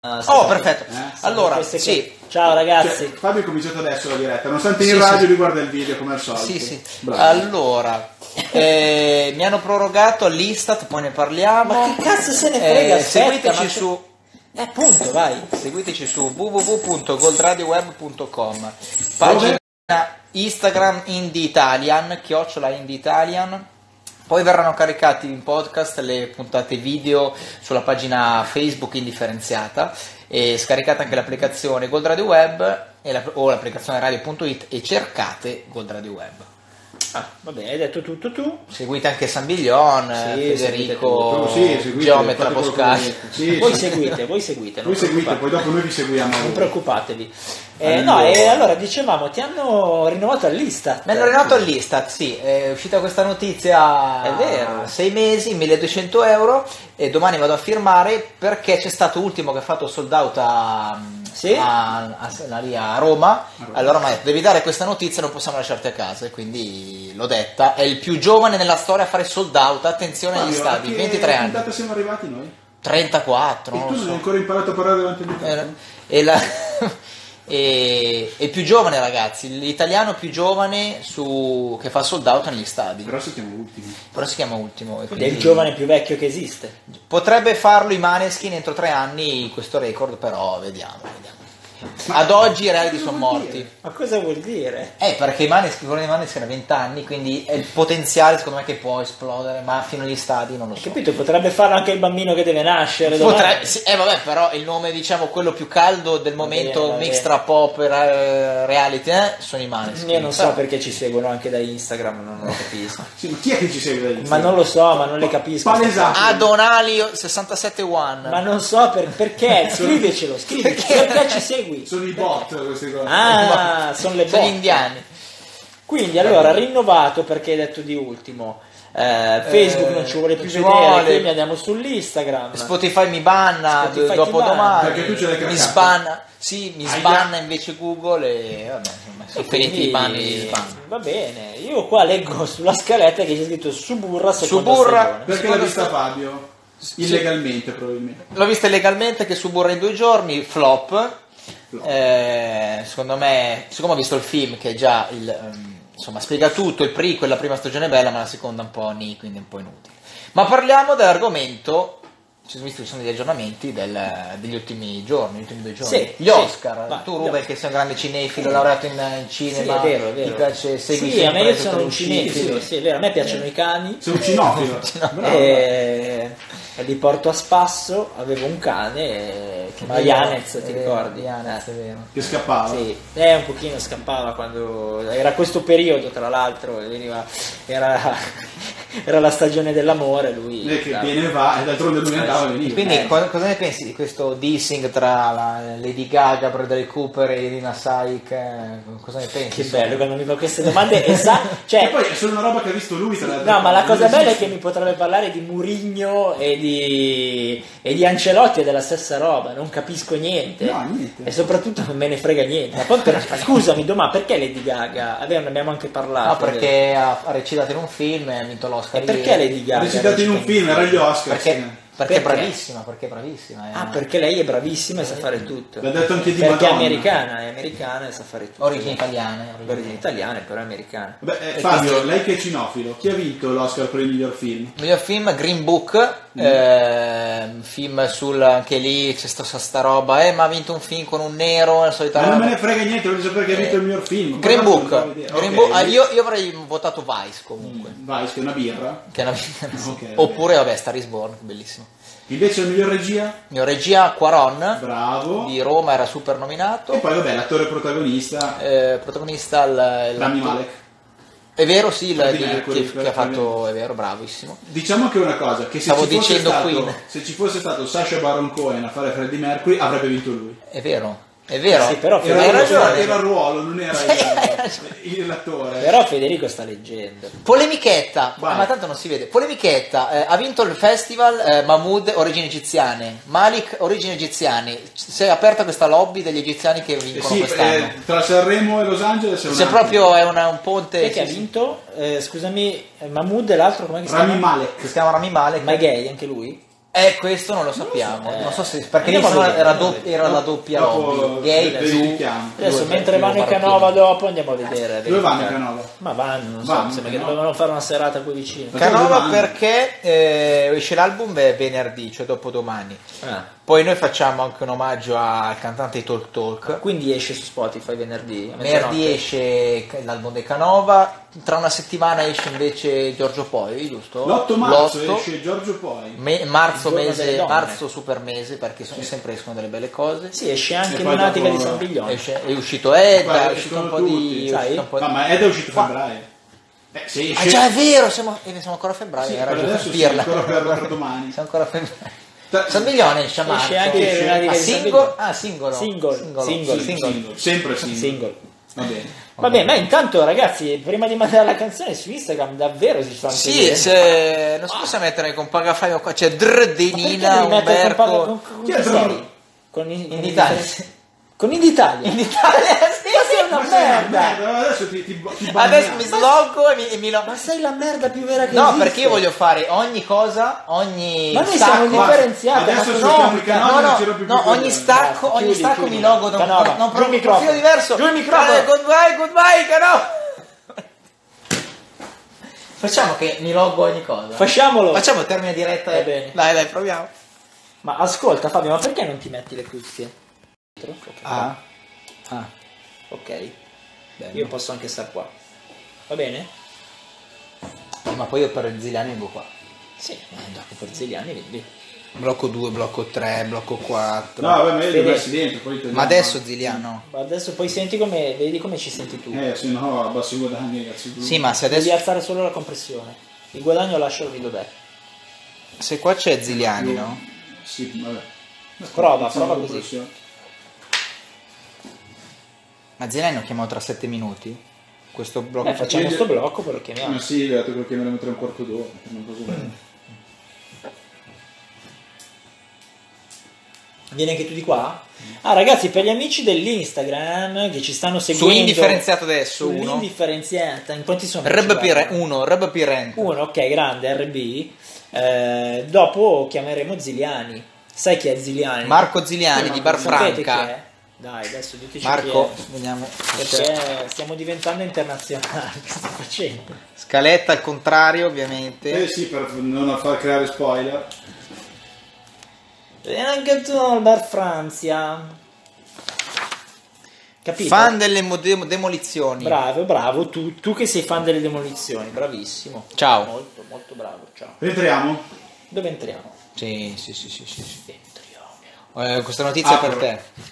Oh, perfetto. Allora, sì. Ciao ragazzi. Cioè, Fabio è cominciato adesso la diretta, nonostante in radio lui guarda il video come al solito. Sì. Allora, mi hanno prorogato all'Istat, poi ne parliamo. Ma che cazzo se ne frega? Seguiteci su... Punto, vai. Seguiteci su www.goldradioweb.com, pagina Instagram IndieItalian, @IndieItalian. Poi verranno caricati in podcast le puntate video sulla pagina Facebook indifferenziata e scaricate anche l'applicazione Gold Radio Web o l'applicazione radio.it e cercate Gold Radio Web. Va bene, hai detto tutto tu. Seguite anche Sambiglion, Federico, Geometra Poscari. Voi seguite. Poi dopo noi vi seguiamo. Non preoccupatevi. Allora dicevamo, ti hanno rinnovato all'Istat. Mi hanno rinnovato all'Istat, sì, è uscita questa notizia. È vero. 6 mesi, 1200 euro, e domani vado a firmare perché c'è stato ultimo che ha fatto sold out a Roma. Allora mi ha detto, devi dare questa notizia, non possiamo lasciarti a casa, e quindi l'ho detta. È il più giovane nella storia a fare sold out, attenzione agli stadi, 23 anni. Quanta siamo arrivati noi? 34. E tu non hai ancora imparato a parlare davanti al e il più giovane, ragazzi, l'italiano più giovane che fa sold out negli stadi. Però si chiama ultimo. E quindi è il giovane più vecchio che esiste. Potrebbe farlo i Maneskin entro 3 anni questo record, però vediamo. Ad oggi i reality sono morti. Ma cosa vuol dire? Perché i Maneskin hanno 20 anni, quindi è il potenziale secondo me che può esplodere, ma fino agli stadi non lo so. Capito? Potrebbe farlo anche il bambino che deve nascere. Però il nome, diciamo, quello più caldo del momento, mix tra pop e reality, sono i Maneskin. Io non so perché ci seguono anche da Instagram, non lo capisco. Sì, ma chi è che ci segue da Instagram? Ma non lo so, ma non le capisco. Adonalio 67 One. Ma non so perché, scrivicelo, perché ci segui? Sono i bot queste cose. Sono le bot. Sono gli indiani. Quindi allora, rinnovato perché hai detto di ultimo. Facebook non ci vuole più vedere, quindi andiamo sull'Instagram. Spotify mi banna dopo domani. Perché tu ce l'hai mi sbanna. Sì, mi sbanna invece Google e vabbè, sono finiti i banni. Va bene, io qua leggo sulla scaletta che c'è scritto Suburra seconda stagione. Perché l'ha vista Fabio? Illegalmente probabilmente. L'ho vista illegalmente, che Suburra in 2 giorni, flop. Secondo me, siccome ho visto il film che già insomma spiega tutto, il prequel, la prima stagione è bella ma la seconda un po' quindi un po' inutile. Ma parliamo dell'argomento. Ci sono degli aggiornamenti degli ultimi giorni, gli ultimi 2 giorni. Gli Oscar. Tu Ruben, che sei un grande cinefilo, laureato in cinema, è vero. ti piace, segui a me sempre sono un cinefilo, sì, è vero, a me piacciono i cani. Sei un cinofilo. Li porto a spasso, avevo un cane che Yanez, ti ricordi? Yanez, è vero. Che scappava. Sì, un pochino scappava quando era questo periodo, tra l'altro, era la stagione dell'amore, lui che viene e va, e d'altronde lui andava e veniva. Quindi cosa ne pensi di questo dissing tra Lady Gaga, Bradley Cooper e Irina Shayk? Cosa ne pensi? Che bello quando mi fa queste domande e e poi è solo una roba che ha visto lui, tra l'altro. No, ma la cosa bella è che mi potrebbe parlare di Mourinho e di Ancelotti, è della stessa roba, non capisco niente. No, niente. E soprattutto non me ne frega niente. Ma poi scusami, perché Lady Gaga? Ne abbiamo anche parlato. No, perché ha recitato in un film e ha vinto l'Oscar. E perché Lady Gaga? Ha recitato in un film, era gli Oscar. Perché è bravissima, perché lei è bravissima e sa fare tutto. L'ha detto anche di perché Madonna. è americana e sa fare tutto. Origini italiane, però è americana. Fabio, lei che è cinofilo, chi ha vinto l'Oscar per il miglior film? Miglior film, Green Book, film anche lì c'è sta roba, ma ha vinto un film con un nero, la solita non me ne frega niente, voglio sapere che ha vinto il miglior film. Green Book. Io avrei votato Vice comunque. Vice, che è una birra. Oppure Star is Born, bellissimo. Invece il miglior regia? Quaron. Bravo. Di Roma, era super nominato. E poi l'attore protagonista. Rami Malek. È vero, sì, che ha fatto, è vero, bravissimo. Diciamo che una cosa, che se ci fosse stato Sacha Baron Cohen a fare Freddie Mercury, avrebbe vinto lui. È vero. Sì, però era il ruolo, non era l'attore. Però Federico sta leggendo. Polemichetta, ma tanto non si vede. Polemichetta, ha vinto il festival Mahmood, origini egiziane, Malik, origini egiziane. Si è aperta questa lobby degli egiziani che vincono quest'anno. Tra Sanremo e Los Angeles c'è proprio un ponte. Che ha vinto? Scusami, Mahmood e l'altro com'è che si chiama? Rami Malek. Si chiama Rami Malek. Ma è gay anche lui? Questo non lo sappiamo. Non so se perché lì era la doppia gay più. Adesso mentre vanno in Canova dopo andiamo a vedere. Dove vanno in Canova? Ma vanno, non so, sembra che dovevano fare una serata qui vicino. Canova perché esce l'album venerdì, cioè dopodomani. Poi noi facciamo anche un omaggio al cantante di Talk Talk. Quindi esce su Spotify venerdì. Venerdì esce l'album di Canova. Tra una settimana esce invece Giorgio Poi, giusto? L'8 marzo esce Giorgio Poi. Marzo super mese, perché sempre escono delle belle cose. Sì, esce anche Lunatica di San Biglione. È uscito Edda, è uscito un po' di... ma Edda è uscito a febbraio. Sì, già è vero, siamo ancora a febbraio. Sì, era adesso ancora per domani. Siamo ancora a febbraio. San Biglione esce a marzo. Esce anche Lunatica di singolo. Sempre singolo. Va bene. Va bene, ma intanto ragazzi, prima di mandare la canzone su Instagram davvero si fa anche non si può mettere con Pagafai qua, c'è Denina, Umberto. Chi è Drr? In Italia. Con Inditalia. In Italia, sì, ma sei una merda. Adesso mi sloggo e mi lo... Ma sei la merda più vera che no, esiste. perché io voglio fare ogni cosa, ogni ma noi stacco. siamo differenziati. Adesso ogni stacco mi logo da un profilo diverso. Giù il microfono. Goodbye, Canova. Facciamo che mi loggo ogni cosa. Facciamo termine diretta. Va bene. Dai, proviamo. Ma ascolta Fabio, ma perché non ti metti le cuffie? Ok. Bene. Io posso anche star qua. Va bene? Ma poi io per Ziliani vengo qua. Sì, dopo per Ziliani vedi. Blocco 2, blocco 3, blocco 4. No, vabbè, ma io li messi dentro. Poi ma adesso Ziliano. Ma adesso poi vedi come ci senti tu. Se no abbassi i guadagni, ragazzi. Sì, ma se adesso... devi alzare solo la compressione. Il guadagno lascialo lì dov'è. Se qua c'è Ziliani, no? Sì, vabbè. Prova così. Ma Ziliani lo chiamiamo tra 7 minuti? Questo blocco? Facciamo sto blocco, poi lo chiamiamo. Ma sì, ho detto che lo chiameremo tra un quarto d'ora. Non posso Vieni anche tu di qua? Ragazzi, per gli amici dell'Instagram che ci stanno seguendo su Indifferenziato adesso, Indifferenziata, in quanti sono? RB Pirent. Uno, ok, grande, RB. Dopo chiameremo Ziliani. Sai chi è Ziliani? Marco Ziliani di Barfranca. Dai, adesso diteci Marco, chi è. vediamo. Perché stiamo diventando internazionali. Che sto facendo? Scaletta al contrario, ovviamente. sì, per non far creare spoiler. E anche tu al Bar Francia. Capito? Fan delle demolizioni. Bravo, tu che sei fan delle demolizioni, bravissimo. Ciao. Molto, molto bravo, ciao. Entriamo? Dove entriamo? Sì. Entriamo. Questa notizia è per te.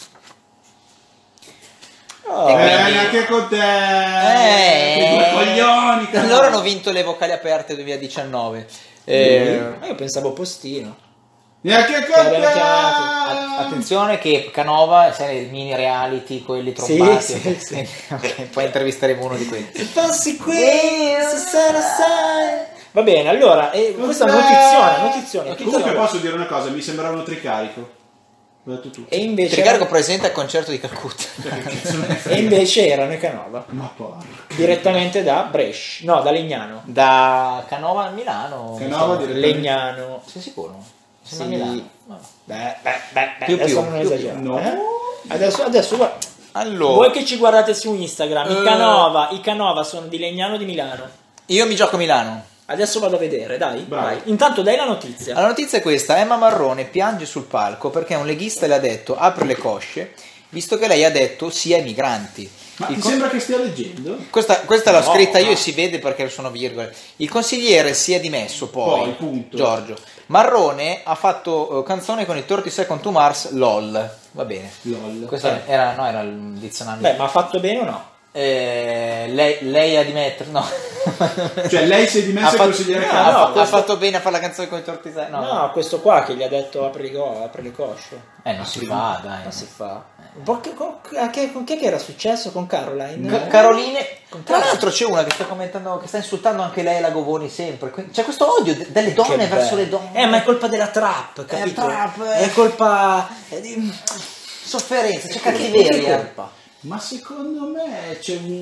Neanche con te. Che due coglioni. Loro hanno vinto le vocali aperte 2019. Ma io pensavo Postino. Neanche con te. Attenzione che Canova, sai, il mini reality, quelli trombati. Sì. Okay, poi intervisteremo uno di questi. Se fossi qui, se lo sai. Va bene, allora, questa notizione. Comunque posso dire una cosa, mi sembrava un tricarico. L'ho detto tu. E invece Tricarico presente al concerto di Calcutta. E invece erano i Canova. Ma porca. Direttamente da Brescia. No, da Legnano. Da Canova a Milano. Canova Legnano. Sei sicuro? Sì. Milano. No. Beh, Più, non esagero. No. Adesso guarda. Allora, Voi che ci guardate su Instagram, i Canova sono di Legnano o di Milano? io mi gioco Milano. Adesso vado a vedere, dai. Bravo. Vai. Intanto dai la notizia. La notizia è questa: Emma Marrone piange sul palco perché un leghista le ha detto apre le cosce, visto che lei ha detto sì ai migranti. Ma ti sembra che stia leggendo? Questa l'ho scritta io e si vede perché sono virgole. Il consigliere si è dimesso poi punto. Giorgio Marrone ha fatto canzone con i 30 Second to Mars, LOL. Va bene. LOL. Questo era il dizionario. Beh, ma ha fatto bene o no? Lei ha dimesso, no. Cioè lei si è dimessa e il consigliere ha fatto bene a fare la canzone con i 30 Second. No, questo qua che gli ha detto apri le cosce. Non si fa, dai. Non si fa. Con chi che era successo? Con Caroline? Caroline. Tra l'altro c'è una che sta commentando, che sta insultando anche lei, la Govoni sempre. C'è questo odio delle donne verso le donne. Ma è colpa della trap, capito? È colpa sofferenza, c'è cattiveria. Ma secondo me c'è un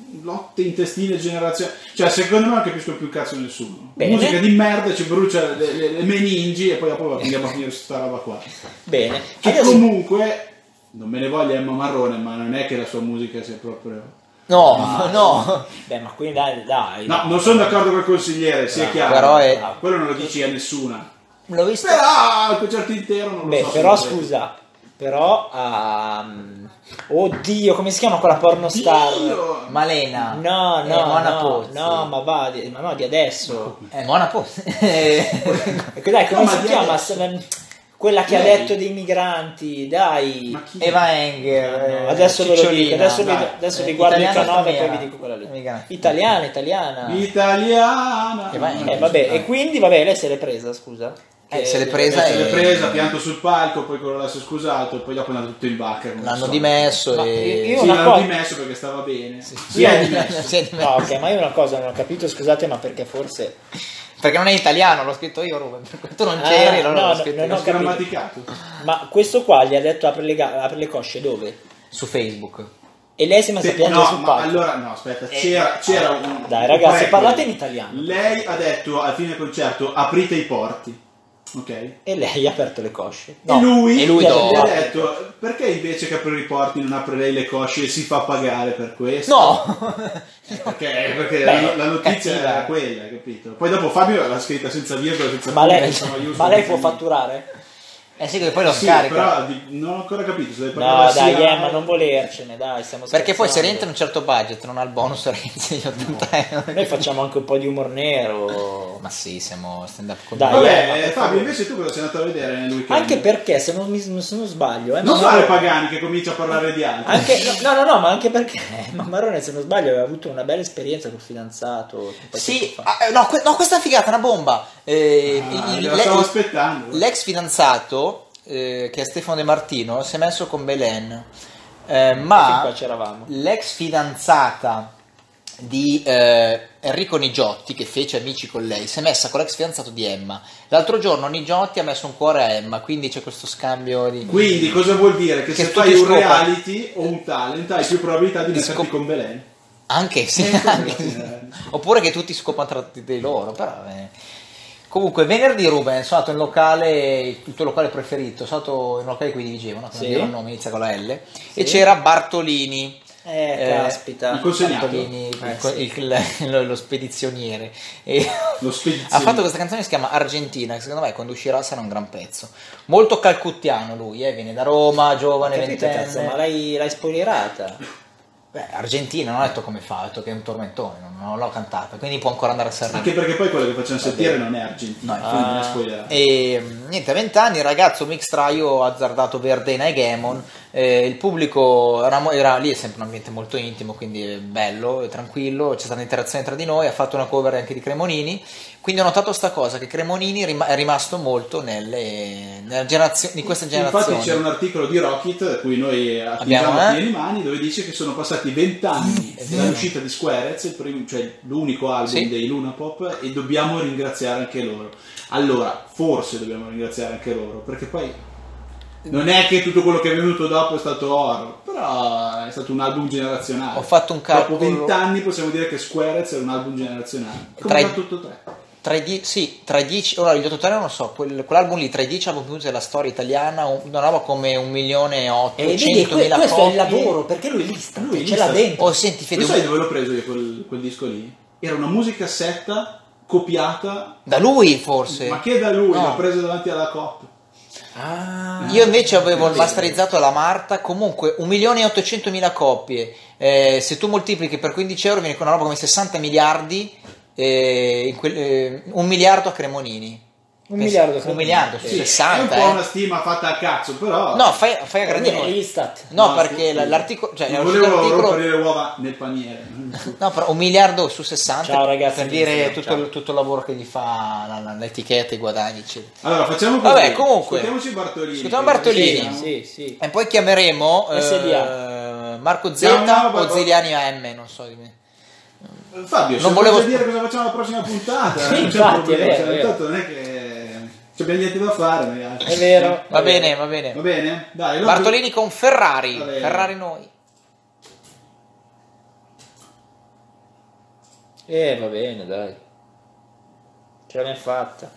lotte intestine generazioni, cioè secondo me non capisco più cazzo nessuno. Bene. Musica di merda, ci brucia le meningi e poi dopo andiamo a finire sta roba qua. Bene. Che Adesso- comunque non me ne voglia Emma Marrone, ma non è che la sua musica sia proprio... No. Beh, ma quindi dai. No, non sono d'accordo col consigliere, sia chiaro. Però è... Quello non lo dici a nessuna. L'ho visto... Però il concerto intero non lo Beh, so. però se- scusa, però oddio, come si chiama quella pornostar? Dio! Malena. No, Mona no, Pozzi. no, ma no, di adesso. Mona Pozzi. Ecco, dai, come No, ma si di chiama? adesso. Quella che ha Lei. detto dei migranti, dai. Ma chi? Eva Enger. No, adesso ve lo dico, Cicciolina. adesso vi guardo il Italiana canale e poi straniera. vi dico quella lì. Amica. Italiana. Italiana. E vai, Vabbè, e quindi, vabbè, lei se l'è presa, scusa. Se l'è presa Se l'è e... presa, pianto sul palco, poi quello là si è scusato e poi dopo è andato tutto in vacca. come L'hanno al solito. dimesso Ma e... io- Sì, una l'hanno cosa- dimesso perché stava bene. Sì, è dimesso. si è dimesso. No, ok, ma io una cosa non ho capito, scusate, ma perché forse... Perché non è italiano, l'ho scritto io, Ruben. Per tu non c'eri, allora no, l'ho no, scritto non io. ho L'ho capito. grammaticato. Ma questo qua gli ha detto apre le cosce dove? Su Facebook. E lei si è messa a piangere No, sul ma palco. allora no, aspetta, c'era un... Dai, ragazzi, prequel. parlate in italiano. Lei ha detto al fine del concerto aprite i porti. Ok? E lei ha aperto le cosce. e lui gli gli ha dopo. detto perché invece che aprire i porti non apre lei le cosce e si fa pagare per questo? No! Perché Beh, la notizia cattiva. era quella, capito? Poi dopo Fabio l'ha scritta senza virgola, senza Ma punti, lei, senza maiuscole, ma lei può senza- fatturare? Sì, che poi lo Sì, scarica. però non ho ancora capito se deve No, pagare dai, sia- ma non volercene, dai, stiamo Perché poi se scherzando. rientra in un certo budget non ha il bonus Renzi di 80 euro. Noi facciamo anche un po' di umor nero. Ma sì, siamo stand up Dai, Vabbè, ma per Fabio, favore. invece tu cosa sei andato a vedere nel weekend? Anche perché, se non sbaglio... Non Mamma- fare Pagani che comincia a parlare di altro. Anche, no, ma anche perché Mammarone, se non sbaglio, aveva avuto una bella esperienza col fidanzato. un po' Sì, tempo fa. no, questa è figata, una bomba. La stavo aspettando. L'ex fidanzato, che è Stefano De Martino, si è messo con Belen. Fin Ma qua c'eravamo. l'ex fidanzata di Enrico Nigiotti, che fece Amici con lei, si è messa con l'ex fidanzato di Emma. L'altro giorno Nigiotti ha messo un cuore a Emma, quindi c'è questo scambio di... Quindi cosa vuol dire? Che Che se tutti fai un scopano. reality o un talent hai più probabilità di Di metterti scop- con Belen. Anche sì, anche sì. Oppure che tutti scopano tra di loro, però... Comunque, venerdì Ruben, sono andato in locale, il tuo locale preferito, sono andato in un locale qui di Vigevano, che Sì. non dirò il nome, inizia con la L, Sì. e c'era Bartolini. Caspita. il consegnato. Bartolini, Sì. lo spedizioniere. E Lo spedizione. ha fatto questa canzone che si chiama Argentina, che secondo me quando uscirà sarà un gran pezzo. Molto calcuttiano lui, viene da Roma, giovane, Capito, cazzo, ma ventenne. l'hai spoilerata. Beh, Argentina, non ho detto come fa, ho detto che è un tormentone, non l'ho cantata, quindi può ancora andare a Sanremo. Anche perché poi quello che facciamo sentire non è argentino, No, quindi non è spoilerato. E niente, a 20 anni il ragazzo mix traio ha azzardato Verdena e Gamon. Il pubblico era lì, è sempre un ambiente molto intimo, quindi è bello, è tranquillo, c'è stata interazione tra di noi, ha fatto una cover anche di Cremonini, quindi ho notato sta cosa, che Cremonini è rimasto molto nella generazione, di questa generazione. Infatti c'era un articolo di Rocket a cui noi attingiamo Abbiamo, a pieni mani, dove dice che sono passati 20 anni dall'uscita di Squarez, cioè l'unico album Sì. dei Luna Pop, e dobbiamo ringraziare anche loro. Allora, forse dobbiamo ringraziare anche loro, perché poi non è che tutto quello che è venuto dopo è stato oro, però è stato un album generazionale. Ho fatto un calcolo. Dopo 20 anni possiamo dire che Squarez è un album generazionale. Come Tra i- fa tutto tre. Tra i 10, ora gli 8 non lo so, quell'album lì, tra i 10 album più venduti della storia italiana, una roba come 1.800.000 questo è il copie. lavoro, perché lui lista, Lui ce l'ha lista. dentro. Oh, senti, Fede, Lo sai dove l'ho preso io quel disco lì? Era una musicassetta copiata, da lui forse. ma che da lui, No. l'ho preso davanti alla COP. Ah, Io invece avevo il Vero. masterizzato alla Marta, comunque 1.800.000 copie. Se tu moltiplichi per 15 euro viene con una roba come 60 miliardi, 1 miliardo a Cremonini. Un miliardo, Un miliardo su sì. È un 60. po' una stima fatta a cazzo, però No, fai a grandi Quindi è numeri. Istat. No, No, perché scusi. l'articolo, cioè, è non uscito volevo l'articolo. rompere le uova nel paniere. No, però 1 miliardo su 60 Ciao, ragazzi, per dire ciao. tutto il lavoro che gli fa l'etichetta, i guadagni, eccetera. Allora, facciamo così. Vabbè, comunque. Ascoltiamoci Bartolini. Ascoltiamo Bartolini. Sì. E poi chiameremo SDA. Marco Z Chiamiamo o Ziliani AM, non so di me. Fabio, Non se volevo- volevo dire cosa facciamo la prossima puntata, Sì, non c'è infatti, problema, è vero, cioè, è vero. tanto non è che abbiamo niente da fare. Noi altri. È vero. Va bene, va bene. Va bene? Dai, allora- Bartolini con Ferrari. Va bene. Ferrari noi. Va bene, dai. Ce l'abbiamo fatta.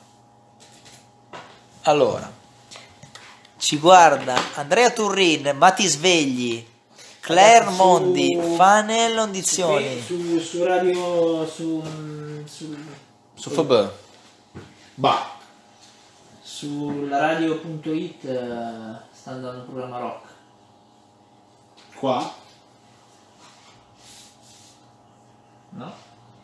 Allora, ci guarda Andrea Turrin, Mati Svegli, Claire Ragazzi, Mondi, su- Fanello Ondizioni, Su radio... Su FB. Bah, sulla radio.it sta andando un programma rock. qua? No?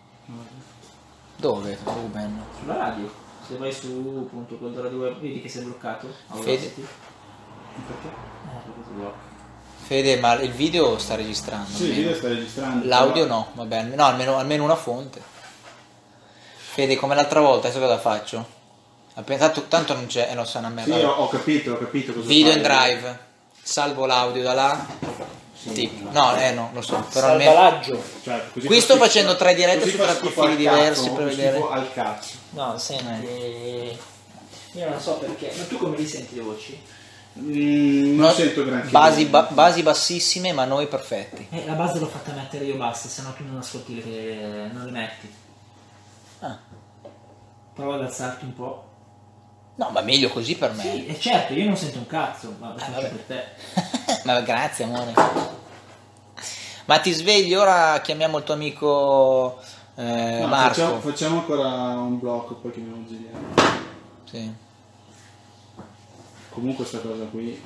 Dove, Ruben? Sulla radio. Se vai su radio web vedi che sei bloccato. Fede? Perché? Perché si blocca. Fede, ma il video sta registrando? Sì, il almeno. video sta registrando. L'audio però- no, vabbè, no, almeno una fonte. Fede, come l'altra volta, sai cosa faccio? Tanto non c'è, non so una Sì, merda. ho capito cosa Video in fai. drive, salvo l'audio da là. Sì, Tipo. ma- No, lo so, però almeno... Salvalaggio. Cioè, così Qui fa sto schifo- facendo 3 dirette così su fa 3 schifo profili al cazzo, diversi per fa vedere. schifo al cazzo. No, senti. Io non so perché. Ma tu come li senti le voci? Non No, sento granché. basi bassissime, ma noi perfetti. La base l'ho fatta mettere io basta, se no tu non ascolti non le metti. Ah. Prova ad alzarti un po'. No, ma meglio così per me. Sì, e certo, io non sento un cazzo, ma lo faccio vabbè. per te. Ma grazie, amore. Ma ti svegli, ora chiamiamo il tuo amico No, Marco. facciamo ancora un blocco, poi chiamiamo Giuliano. Sì. Comunque sta cosa qui.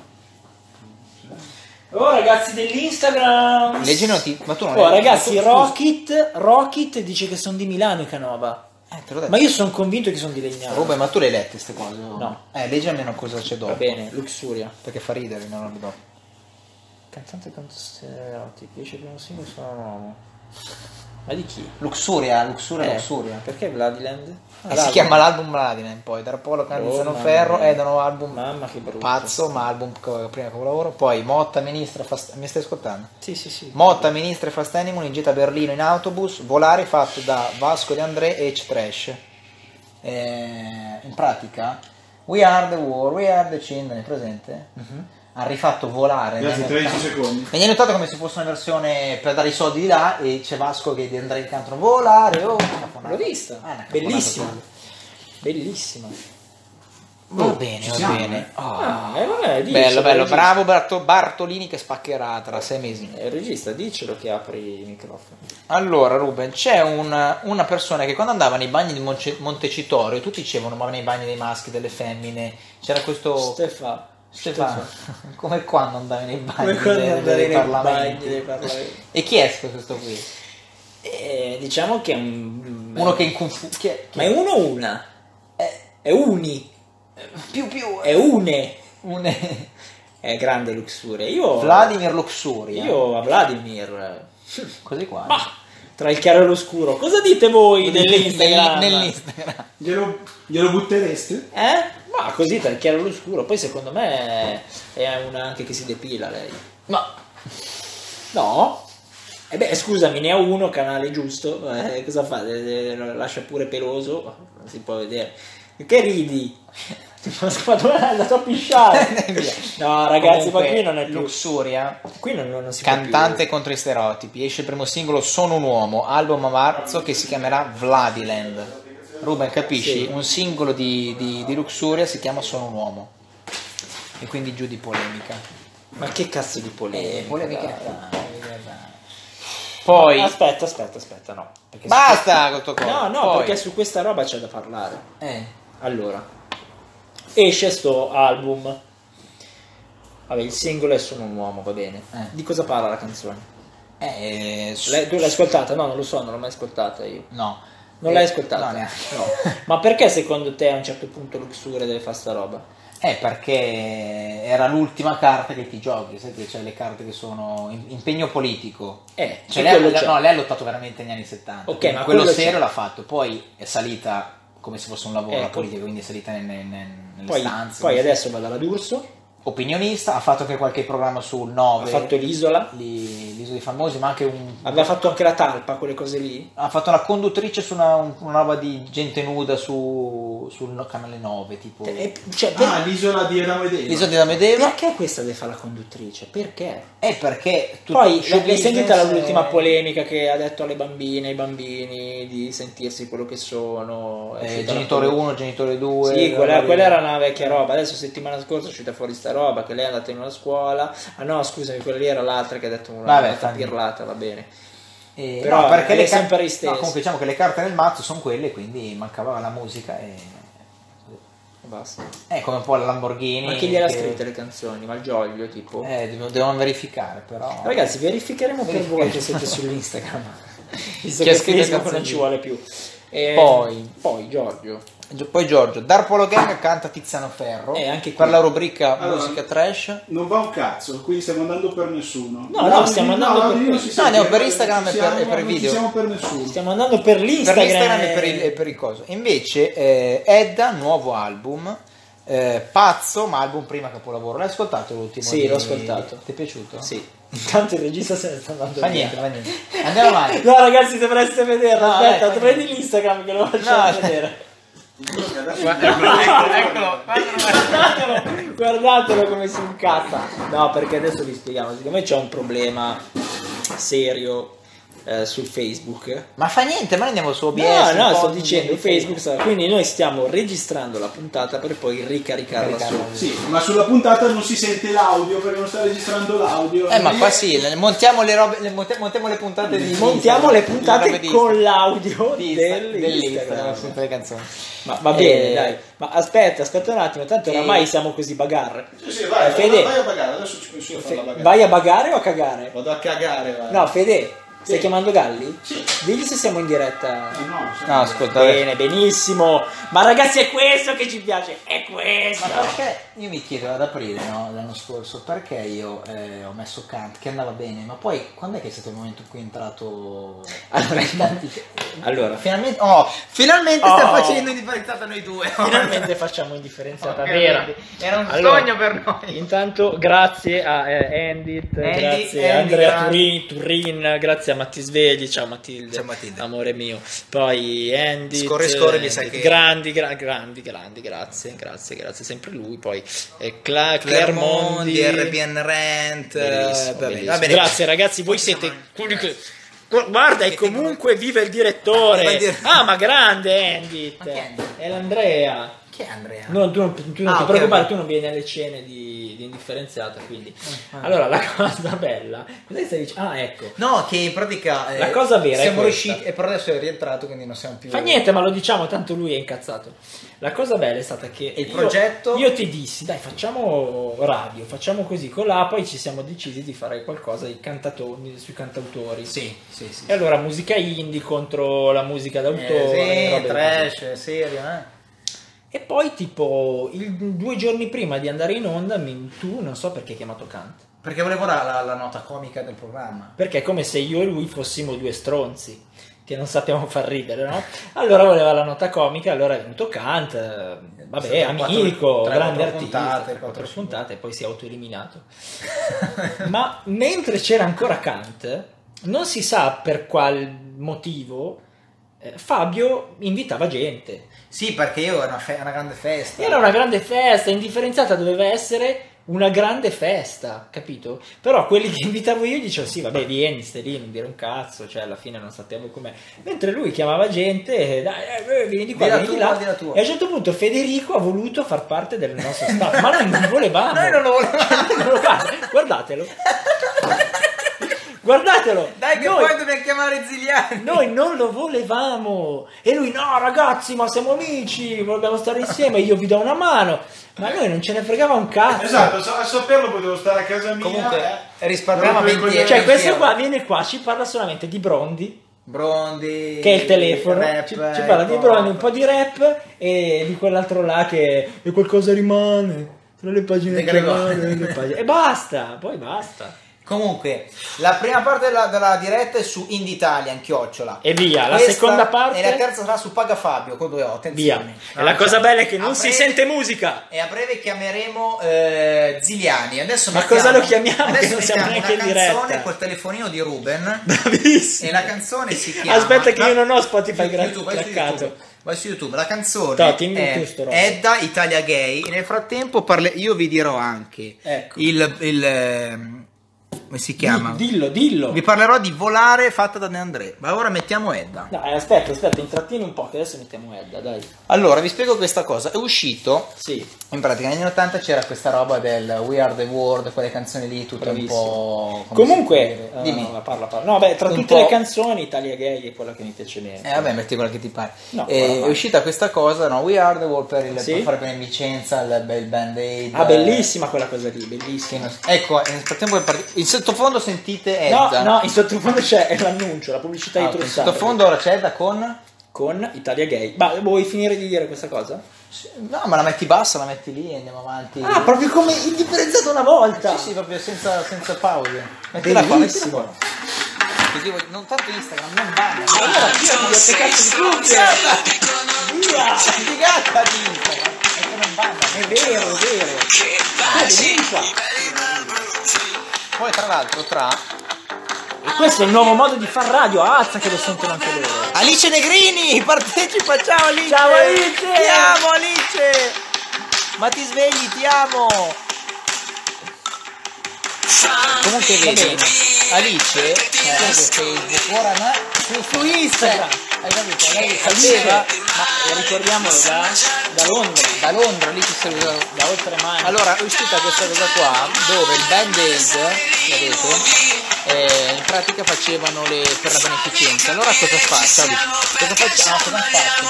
Oh ragazzi dell'Instagram! Leggi notizie. Ma tu non Oh leggi- ragazzi, tu- Rocket dice che sono di Milano i Canova. te l'ho detto. Ma io sono convinto che sono di Legnano. Ruben, ma tu le hai lette queste cose? o No. Leggi almeno cosa c'è dopo. Va bene, Luxuria. Perché fa ridere, non lo vedo. Cantante con stereotipi, esce il primo singolo, sono un uomo. Ma di chi? Luxuria. Perché Vladiland? Si chiama l'album Vladimir, poi Darpolo Canzano mamma Ferro, mia. Edano album Mamma che brutto. pazzo, ma album prima capolavoro. Poi Motta, Ministra, mi stai ascoltando? Sì. Motta, Ministra e Fast Animal in gita a Berlino in autobus, volare fatto da Vasco De André e H-Trash. In pratica, We Are the War, We Are the Children, è presente? Ha rifatto volare. Grazie, negli 13 anni 80. secondi. Negli anni 80 come se fosse una versione per dare i soldi di là e c'è Vasco che De André in canto volare. Oh, L'ho vista. una caponata Bellissima. totale. Bellissima. Va bene, ci va siamo, bene. Oh. Vabbè, Bello, bravo Bartolini che spaccherà tra 6 mesi. Il regista, dicelo che apri i microfoni. Allora, Ruben, c'è una persona che quando andava nei bagni di Montecitorio, tutti dicevano ma nei bagni dei maschi, delle femmine, c'era questo Stefano, come quando andavi nei bagni dei parlamenti. E chi è questo qui? Diciamo che è un... Uno che in Kung Fu... Ma è uno o una? È uni. Più È une. un È grande Luxuria. Io... Vladimir Luxuria. Io a Vladimir... Così qua. Ma tra il chiaro e l'oscuro, cosa dite voi dell'Instagram? Nell'Instagram. Glielo buttereste? Ma così tra il chiaro e l'oscuro. Poi secondo me è una anche che si depila lei. Ma No? E beh, scusami, ne ha uno, canale giusto. Cosa fa? Lo lascia pure peloso. Non si può vedere. Che ridi? Ma dove è andato a pisciare? No, ragazzi, Comunque, ma qui non è più. Luxuria, Qui non si può cantante contro i stereotipi. Esce il primo singolo Sono un uomo, album a marzo che si chiamerà Vladiland. Ruben, capisci? Sì. Un singolo di Luxuria si chiama Sono un uomo. E quindi giù di polemica. più. Ma che cazzo di polemica? dai. Poi Aspetta, no. Perché basta con sto coso. No, Poi, perché su questa roba c'è da parlare. eh, Allora, esce sto album. Vabbè, il singolo è Sono un uomo, va bene. Di cosa parla la canzone? Tu l'hai ascoltata? No, non lo so, non l'ho mai ascoltata io. no. Non l'hai ascoltata? No, neanche. No. Ma perché secondo te a un certo punto Luxuria deve fare sta roba? Perché era l'ultima carta che ti giochi, sai che c'è le carte che sono impegno politico. Cioè, Lei ha lottato veramente negli anni 70. Ok, quindi ma quello quello serio c'è. l'ha fatto, poi è salita come se fosse un lavoro la Ecco. politica, quindi è salita nelle Poi, stanze. poi adesso va dalla D'Urso, Opinionista, ha fatto anche qualche programma sul 9, ha fatto l'Isola, l'isola dei famosi, ma anche aveva fatto anche la talpa, quelle cose lì. ha fatto una conduttrice su una roba di gente nuda su sul canale 9, tipo Cioè, l'isola di Adamo ed Eva. l'isola di Adamo ed Eva. perché questa deve fare la conduttrice? Perché? È perché Poi show l'hai sentita business l'ultima è- polemica che ha detto alle bambine, ai bambini di sentirsi quello che sono? È uscita la genitore polemica. 1, genitore 2. Sì, quella era una vecchia roba. Adesso settimana scorsa è uscita fuori sta roba che lei è andata in una scuola. Ah no, scusami, quella lì era l'altra che ha detto una Vabbè, altra fa pirlata, va bene. Però Però perché è le sempre no, istese. comunque diciamo che le carte nel mazzo sono quelle, quindi mancava la musica e Basta. è come un po' la Lamborghini. Ma chi gliele ha che- scritte le canzoni? Ma il Giolio, tipo? devono verificare, però. Ragazzi, verificheremo per voi che siete sull'Instagram. Visto Chi ha che scritto le Facebook non canzoni? ci vuole più. Poi Giorgio. Poi Giorgio, Darpolo Gang canta Tiziano Ferro Anche qui. per la rubrica Allora, musica trash. Non va un cazzo, quindi stiamo andando per nessuno. No, stiamo andando per non quello. si No, sente, andiamo per Instagram non e per non video. ci siamo per nessuno. Stiamo andando per Per l'Instagram. l'Instagram e per il coso. Invece Edda, nuovo album, pazzo, ma album prima capolavoro. L'hai ascoltato l'ultimo? Sì, l'ho ascoltato. Ti è piaciuto? Sì. Intanto il regista se ne sta andando Fa via. niente, fa niente. Andiamo avanti. No, ragazzi, dovreste vederlo. No, Aspetta, dai, prendi l'Instagram che lo facciamo No, vedere. Eccolo. Guardatelo come si incazza. No, perché adesso vi spieghiamo. Siccome c'è un problema serio su Facebook. Ma fa niente, ma noi andiamo su OBS. No, un po' sto di- dicendo di Facebook. Quindi noi stiamo registrando la puntata per poi ricaricarla su. Sì, ma sulla puntata non si sente l'audio perché non sta registrando l'audio. Ma qua sì, montiamo le robe, montiamo le puntate di Montiamo le robe puntate di con Instagram. l'audio Dell'Instagram, dell'Instagram. sempre le canzoni. Ma va bene, dai. Ma aspetta un attimo, tanto oramai siamo così bagarre. Sì, vai, Fede, vai a bagare, adesso ci penso io a fare la bagare. vai a bagare o a cagare? Vado a cagare, vai. No, Fede, stai chiamando Galli? Sì. Digli se siamo in diretta. No, ascolta, Bene, benissimo. Ma ragazzi, è questo che ci piace. È questo. ma perché io mi chiedo ad aprile, no, l'anno scorso, perché io ho messo Kant che andava bene, ma poi quando è che è stato il momento in cui è entrato Allora, finalmente stiamo facendo indifferenziata noi due. finalmente facciamo indifferenziata Ok, vera. era un Allora, sogno per noi. Intanto grazie a Andit, grazie a Andy, Andrea grazie. Turin, grazie a Matti Svegli, ciao Matilde, Ciao, Matilde. amore mio. Poi Andit, Scorri, mi sa che- grandi, grazie sempre lui. Poi Clermondi, RPN Rent, Bellissimo, va bellissimo. bene. Grazie ragazzi, voi siete quelli che... Guarda, e comunque vive il direttore. Viva il direttore. Ah, ma grande Andit. Ma chi è Andit? È l'Andrea. Chi è Andrea? No, tu non ti Ah, ok, preoccupare, ok. tu non vieni alle cene di indifferenziata, quindi. Allora, la cosa bella... Cosa stai dicendo? Ah, ecco. No, che in pratica La cosa vera è siamo questa. riusciti e per adesso è rientrato, quindi non siamo più. Fa niente, ma lo diciamo, tanto lui è incazzato. La cosa bella è stata che il progetto? Io ti dissi, dai, facciamo radio, facciamo così, colà, poi ci siamo decisi di fare qualcosa di cantatori, sui cantautori. Sì. E allora musica indie contro la musica d'autore, robe trash, serio, E poi tipo 2 giorni prima di andare in onda tu non so perché hai chiamato Kant. Perché volevo la nota comica del programma. Perché è come se io e lui fossimo 2 stronzi che non sappiamo far ridere, no? Allora voleva la nota comica, allora è venuto Kant, vabbè, Sono amico, quattro- grande 4 artista, puntate, 4 puntate e poi si è autoeliminato. Ma mentre c'era ancora Kant, non si sa per qual motivo Fabio invitava gente. Sì, perché io era una grande festa. Era una grande festa, indifferenziata doveva essere una grande festa, capito? Però quelli che invitavo io dicevo sì, vabbè, vieni, stai lì, non dire un cazzo, cioè alla fine non sappiamo com'è. Mentre lui chiamava gente, dai, vieni di qua, Di la vieni di tua, là. di la tua. E a un certo punto Federico ha voluto far parte del nostro staff, ma noi non volevamo. Noi non lo volevamo. Guardatelo. Guardatelo. Dai che Noi- poi dobbiamo chiamare Ziliani. noi non lo volevamo e lui no ragazzi ma siamo amici vogliamo stare insieme io vi do una mano ma noi non ce ne fregava un cazzo. Esatto, a saperlo potevo stare a casa mia. Comunque risparmiamo Non 20 euro. Cioè questo qua viene qua ci parla solamente di Brondi Brondi, che è il telefono rap, ci parla di hip hop. Brondi un po' di rap e di quell'altro là che e qualcosa rimane tra le pagine De Gregori. chiare, le pagine- e basta poi basta Comunque, la prima parte della diretta è su Indie Italian, chiocciola. e via la Questa- seconda parte E la terza sarà su Paga Fabio, con 2 O, via attenzione. e la cosa bella è che non A si breve- sente musica. E a breve chiameremo Ziliani. Adesso Ma cosa lo chiamiamo? Che Adesso non siamo mettiamo neanche in una canzone diretta. col telefonino di Ruben. Bravissimo. E la canzone si chiama... Aspetta che io non ho Spotify YouTube, vai su craccato. YouTube. Vai su YouTube, la canzone Dai, dimmi tu è sto roba. Edda Italia Gay. E nel frattempo io vi dirò anche Ecco. come si chiama? Dillo. Vi parlerò di Volare fatta da De André. Ma ora mettiamo Edda. Dai, aspetta, intrattieni un po', che adesso mettiamo Edda, dai. Allora, vi spiego questa cosa. È uscito, Sì. in pratica negli anni 80 c'era questa roba del We Are the World, quelle canzoni lì tutte Bravissimo. un po'... come si Comunque, può dire? Dimmi. no, parla. No, beh, tra Un tutte po'. le canzoni, Italia Gay è quella che mi piace meno. Vabbè, metti quella che ti pare. No, È guarda, vai. uscita questa cosa, no? We Are the World Sì? per fare beneficenza, il Band-Aid. Ah, bellissima quella cosa lì, bellissima. Ecco, nel frattempo in sottofondo sentite Edda. No, in sottofondo c'è l'annuncio, la pubblicità di In Trussardi. sottofondo ora c'è Edda con... Con Italia Gay. Ma vuoi finire di dire questa cosa? No, ma la metti bassa, la metti lì e andiamo avanti. Ah, proprio come indifferenziato una volta. Sì, proprio senza pause. Mettila qua, mettila Bellissimo. qua. Così non tanto Instagram, non banner. Allora, io ti ho peccato di tutte. Via. Figata di Instagram. Perché non banner. È vero. Vieni qua. Poi tra l'altro E questo è il nuovo modo di far radio. Azza che lo sentono anche loro. Alice Negrini partecipa, ciao Alice! Ciao, Alice! Ti amo Alice! Ma ti svegli, ti amo! Comunque vedi, Alice su Facebook, ora ma su Instagram, hai capito? Lei sapeva, Ma ricordiamolo da Londra, da Londra, lì ci segue da oltre mani. Allora è uscita questa cosa qua dove il Band-Aid, vedete, in pratica facevano per la beneficenza. Allora cosa fa? Cosa hanno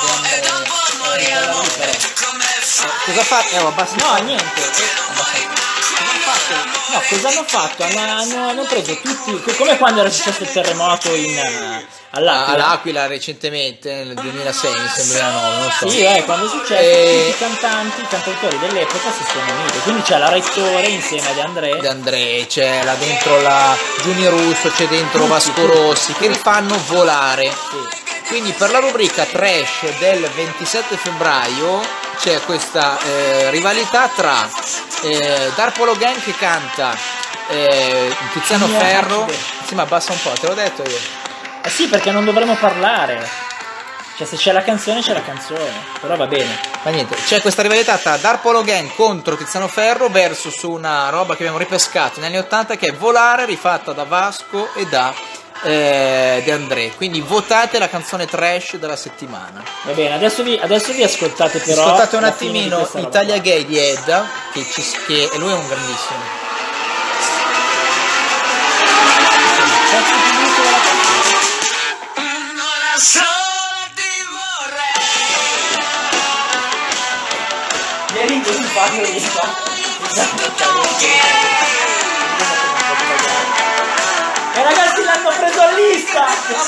fatto? Cosa fa? Abbassa. No, niente. No, cosa hanno fatto? Hanno preso tutti, come quando era successo il terremoto all'Aquila. All'Aquila recentemente, nel 2006, mi sembra 2009, non so. Sì, quando è successo, tutti i cantautori dell'epoca si sono uniti. Quindi c'è la Rettore insieme ad Andrea. De André, c'è là dentro la Giuni Russo, c'è dentro Vasco Rossi, che rifanno Volare. Sì. Quindi per la rubrica Trash del 27 febbraio c'è questa rivalità tra Darpolo Gang che canta Tiziano Ferro. Sì, ma abbassa un po', te l'ho detto io. Sì, perché non dovremmo parlare. Cioè, se c'è la canzone, c'è la canzone. Però va bene. Ma niente, c'è questa rivalità tra Darpolo Gang contro Tiziano Ferro versus una roba che abbiamo ripescato negli anni 80 che è Volare, rifatta da Vasco e da De André. Quindi votate la canzone trash della settimana. Va bene, adesso vi ascoltate però. Ascoltate un la fine di attimino questa roba Italia qua. Gay di Edda, che lui è un grandissimo. Ieri così fanno e ragazzi l'hanno preso a lista!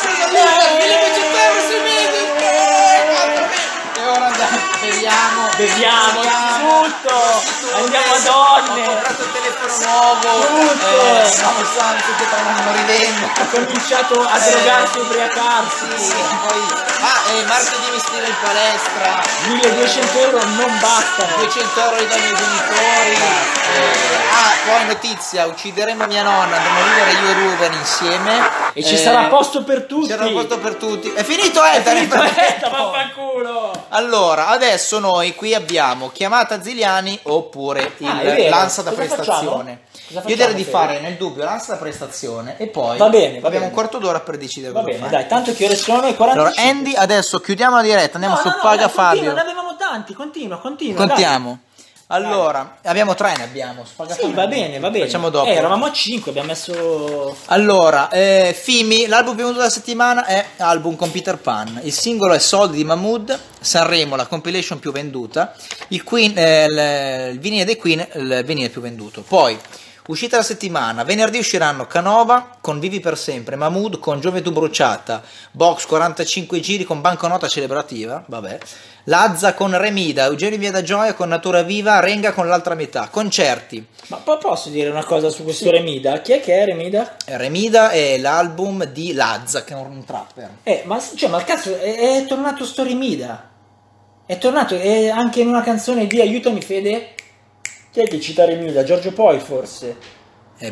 E ora beviamo tutto! Andiamo a donne! Ho comprato il telefono nuovo, Tutto! siamo santi che stanno ridendo. Ha cominciato a drogarsi e ubriacarsi! Martedì mi scrive in palestra, 1200 euro non bastano! 200 euro li do ai miei genitori. Poi notizia, uccideremo mia nonna, andremo a vivere io e Ruben insieme. E ci sarà posto per tutti! C'era posto per tutti. È finito Vaffanculo! Allora, adesso noi qui abbiamo chiamata Ziliani oppure è vero. l'ansa da Cosa prestazione. Cosa Io direi facciamo, di Fede? fare nel dubbio l'ansa da prestazione e poi Va bene, va abbiamo bene. un quarto d'ora per decidere Va cosa bene, fare. dai, tanto che ore sono? 45. Allora, Andy, adesso chiudiamo la diretta, andiamo su Paga dai, Fabio. continua, ne avevamo tanti, continua. Contiamo. Allora, abbiamo 3, ne abbiamo. Su Paga Sì, Fabio. va bene. Facciamo dopo. Eravamo a 5, abbiamo messo... Allora, Fimi, l'album più venduto della settimana è album con Peter Pan. Il singolo è Soldi di Mahmood, Sanremo, la compilation più venduta, il vinile dei Queen, il vinile più venduto. Poi, uscita la settimana, venerdì usciranno Canova con Vivi per sempre, Mahmood con Gioventù bruciata, Box 45 giri con banconota celebrativa, vabbè. Lazza con Remida, Eugenio Via da Gioia con Natura Viva, Renga con l'altra metà. Concerti. Ma posso dire una cosa su questo Remida? Chi è che è Remida? Remida è l'album di Lazza, che è un trapper. Ma il cazzo, è tornato sto Remida. È tornato, è anche in una canzone di Aiutami Fede. Chi è che cita Remida? Giorgio Poi forse?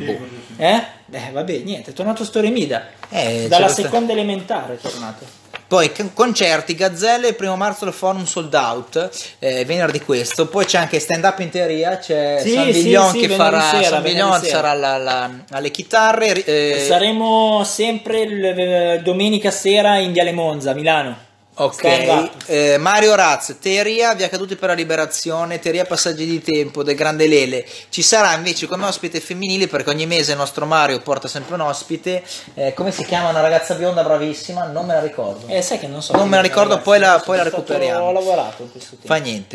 Boh. Vabbè, niente, è tornato sto Remida. C'è Dalla questa- seconda elementare è tornato. Poi concerti, Gazzelle, il 1 marzo al Forum sold out, venerdì questo. Poi c'è anche stand up in teoria, c'è Sì, San Viglion che venerdì farà, sera, San Viglion venerdì sera. sarà alle chitarre. Saremo sempre domenica sera in Viale Monza, Milano. Stand Ok, up. Mario Raz, Teoria, Via Caduti per la Liberazione, Teoria Passaggi di Tempo, del Grande Lele. Ci sarà invece come ospite femminile, perché ogni mese il nostro Mario porta sempre un ospite. Come si chiama una ragazza bionda bravissima? Non me la ricordo. Sai che non so. Non me la ricordo, poi la Sono stato- recuperiamo. Ho lavorato in questo tempo. Fa niente.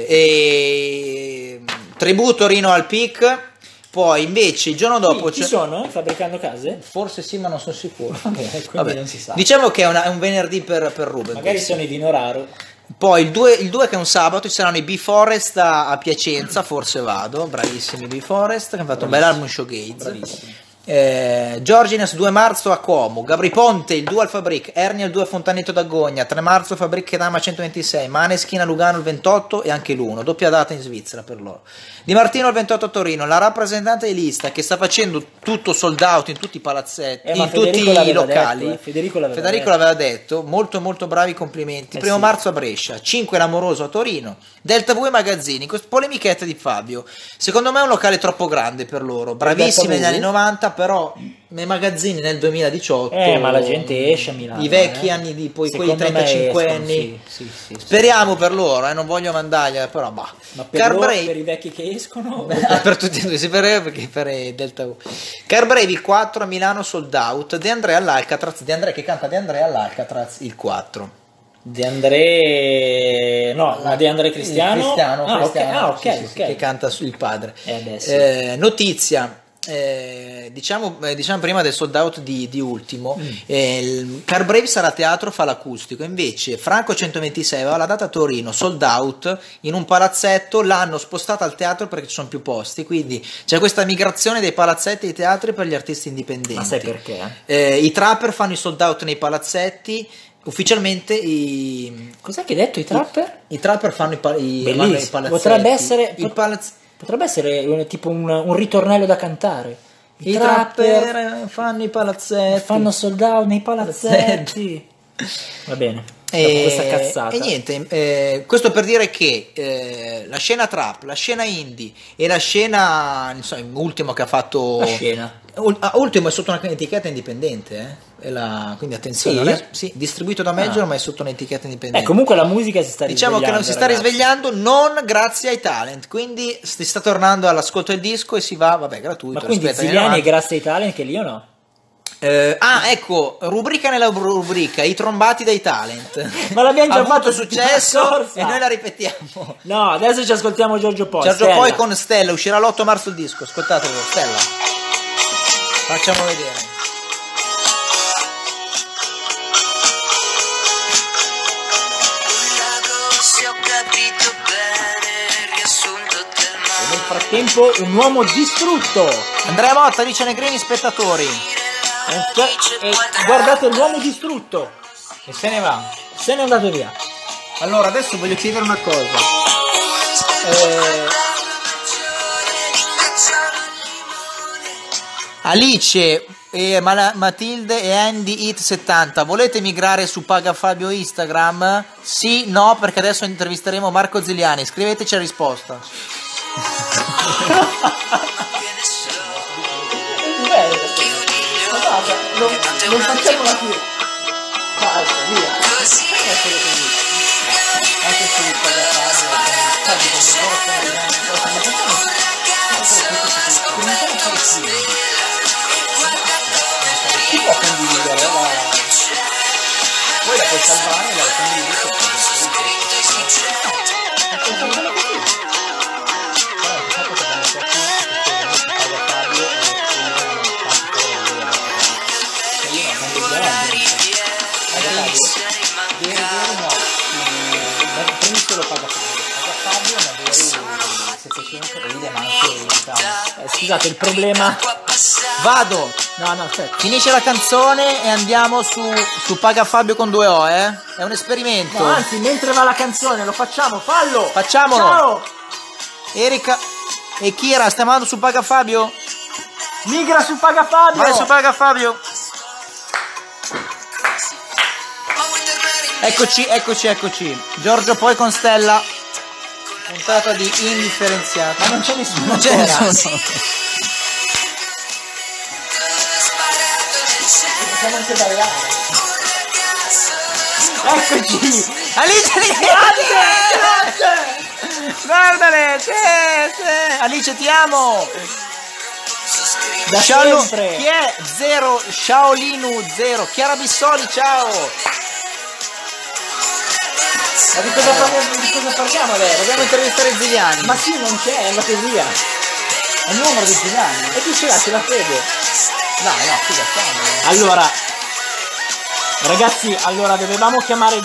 Tributo Rino al PIC. Poi invece il giorno dopo Chi sono? Fabbricando case? forse sì, ma non sono sicuro. Quindi Vabbè. non si sa. Diciamo che è un venerdì per Ruben. Magari questo. sono i vino raro. Poi il 2 che è un sabato ci saranno i B-Forest a Piacenza, forse vado, bravissimi B-Forest che hanno fatto un bel album showgaze. Bravissimi. Giorgines 2 marzo a Como, Gabri Ponte il 2 al Fabric, Ernia il 2 a Fontanetto d'Agogna, 3 marzo Fabric Dama 126, Maneskin a Lugano il 28 e anche l'1, doppia data in Svizzera per loro. Di Martino il 28 a Torino, la rappresentante di lista che sta facendo tutto sold out in tutti i palazzetti, Ma in tutti Federico i l'aveva locali. detto, Federico l'aveva l'aveva detto, molto molto bravi, complimenti. 1 sì. marzo a Brescia, 5 l'Amoroso a Torino, Delta V Magazzini, polemichetta di Fabio. Secondo me è un locale troppo grande per loro, bravissimi negli anni 90, però nei magazzini nel 2018 Ma la gente esce a Milano. i vecchi anni di poi quei Secondo me 35 escono, anni. sì. Speriamo per loro, non voglio mandargliela, però bah. Ma per i vecchi che escono? Per tutti e due, sì, perché per Delta U. Carbrevi il 4 a Milano sold out, De Andrea all'Alcatraz, De Andrea che canta De Andrea all'Alcatraz il 4. De André, no, ma De André Cristiano. Cristiano, Ok. sì, che canta il padre. Sì. Notizia. Diciamo prima del sold out di Ultimo, il Carbrevi sarà a teatro, fa l'acustico, invece Franco 126 aveva la data a Torino sold out in un palazzetto, l'hanno spostata al teatro perché ci sono più posti, quindi c'è questa migrazione dei palazzetti ai teatri per gli artisti indipendenti. Ma sai perché? I trapper fanno i sold out nei palazzetti. Ufficialmente Cos'è che hai detto, i trapper? I trapper fanno i palazzetti. Potrebbe essere tipo un ritornello da cantare. I trapper fanno i palazzetti. Fanno sold out nei palazzetti. Va bene. Dopo questa cazzata. E niente, questo per dire che la scena trap, la scena indie e la scena, insomma, Ultimo che ha fatto... La scena. Ultimo è sotto una etichetta indipendente, quindi attenzione, Sì? non è, distribuito da Major ma è sotto un'etichetta indipendente. Comunque la musica si sta Diciamo che non si sta risvegliando, non grazie ai talent, quindi si sta tornando all'ascolto del disco e si va, gratuito. Ma quindi Ziliani è grazie ai talent che lì o no? Ecco, rubrica nella rubrica, i trombati dai talent. Ma l'abbiamo già fatto successo e noi la ripetiamo. No, adesso ci ascoltiamo Giorgio Poi. Poi con Stella, uscirà l'8 marzo il disco, ascoltatelo, Stella. Facciamo vedere. Nel frattempo un uomo distrutto. Andrea Motta, Alice Negrini, spettatori. E guardate l'uomo distrutto. E se ne va. Se n'è andato via. Allora, adesso voglio chiedere una cosa. Alice e Matilde e Andy It 70, volete migrare su Paga Fabio Instagram? Sì, no, perché adesso intervisteremo Marco Ziliani. Scriveteci la risposta. Non facciamo la fine. Basta, via. Anche su Paga si può condividere poi la puoi salvare e la Scusate, il problema. Vado. No, aspetta. Finisce la canzone e andiamo su Paga Fabio con 2 O, È un esperimento. No, anzi, mentre va la canzone, lo facciamo, fallo! Facciamolo! Ciao! Erika e Kira, stiamo andando su Paga Fabio? Migra su Paga Fabio! Vai su Paga Fabio! Eccoci. Giorgio Poi con Stella. Puntata di indifferenziata. Ma non c'è nessuno. Non c'è ancora. nessuno. Possiamo anche ballare. Eccoci. Alice, Grazie. guardale, sì. Alice, ti amo. Da Shaolinu, sempre. chi è? Zero, Shaolinu 0, Chiara Bissoli, ciao. Ma di cosa parliamo adesso? Dobbiamo intervistare Ziliani. Ma sì, non c'è, è andato via. È il numero di Ziliani. E chi ce l'ha? Ce la fede. No, figa, ciao. Allora, ragazzi, dovevamo chiamare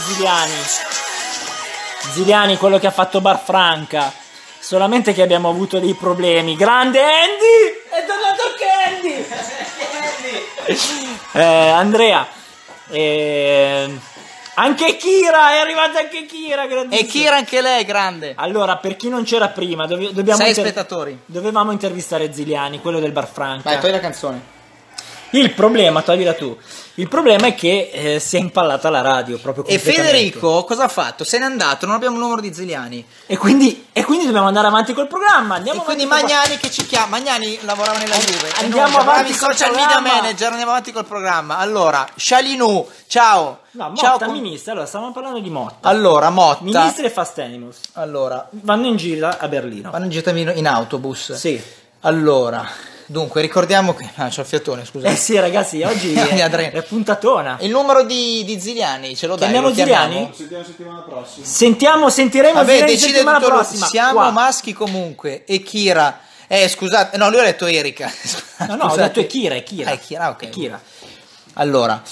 Ziliani, quello che ha fatto Bar Franca. Solamente che abbiamo avuto dei problemi. Grande Andy! È tornato Candy! Andrea. Anche Kira, è arrivata anche Kira. E Kira anche lei, grande. Allora, per chi non c'era prima, dobbiamo 6 spettatori. dovevamo intervistare Ziliani, quello del Bar Franca. Vai, togli la canzone. Il problema, toglila tu. Il problema è che si è impallata la radio proprio E completamente. Federico cosa ha fatto? Se n'è andato, non abbiamo il numero di Ziliani. E quindi dobbiamo andare avanti col programma. E quindi Magnani che ci chiama. Magnani lavorava nella Juve. E Andiamo noi, avanti bravi col social media programma. manager, andiamo avanti col programma. Allora, Shaolinu, ciao. No, ciao Motta, ministra. Allora, stavamo parlando di Motta. Allora, Motta. Ministri e Fast Animals Allora, vanno in giro a Berlino. vanno in gita in autobus. Sì. Allora, dunque, ricordiamo che... c'ho il fiatone, scusa. Sì, ragazzi, oggi è puntatona. Il numero di Ziliani, ce lo dai? Chiamiamo lo chiamiamo? Ziliani? Sentiamo settimana prossima. Sentiremo Vabbè, Ziliani decide settimana tutto lui. prossima. Siamo Qua. maschi comunque. E Kira... scusate, no, lui ha detto Erika. No, ho detto è Kira. È Kira, ok. È Kira. Allora,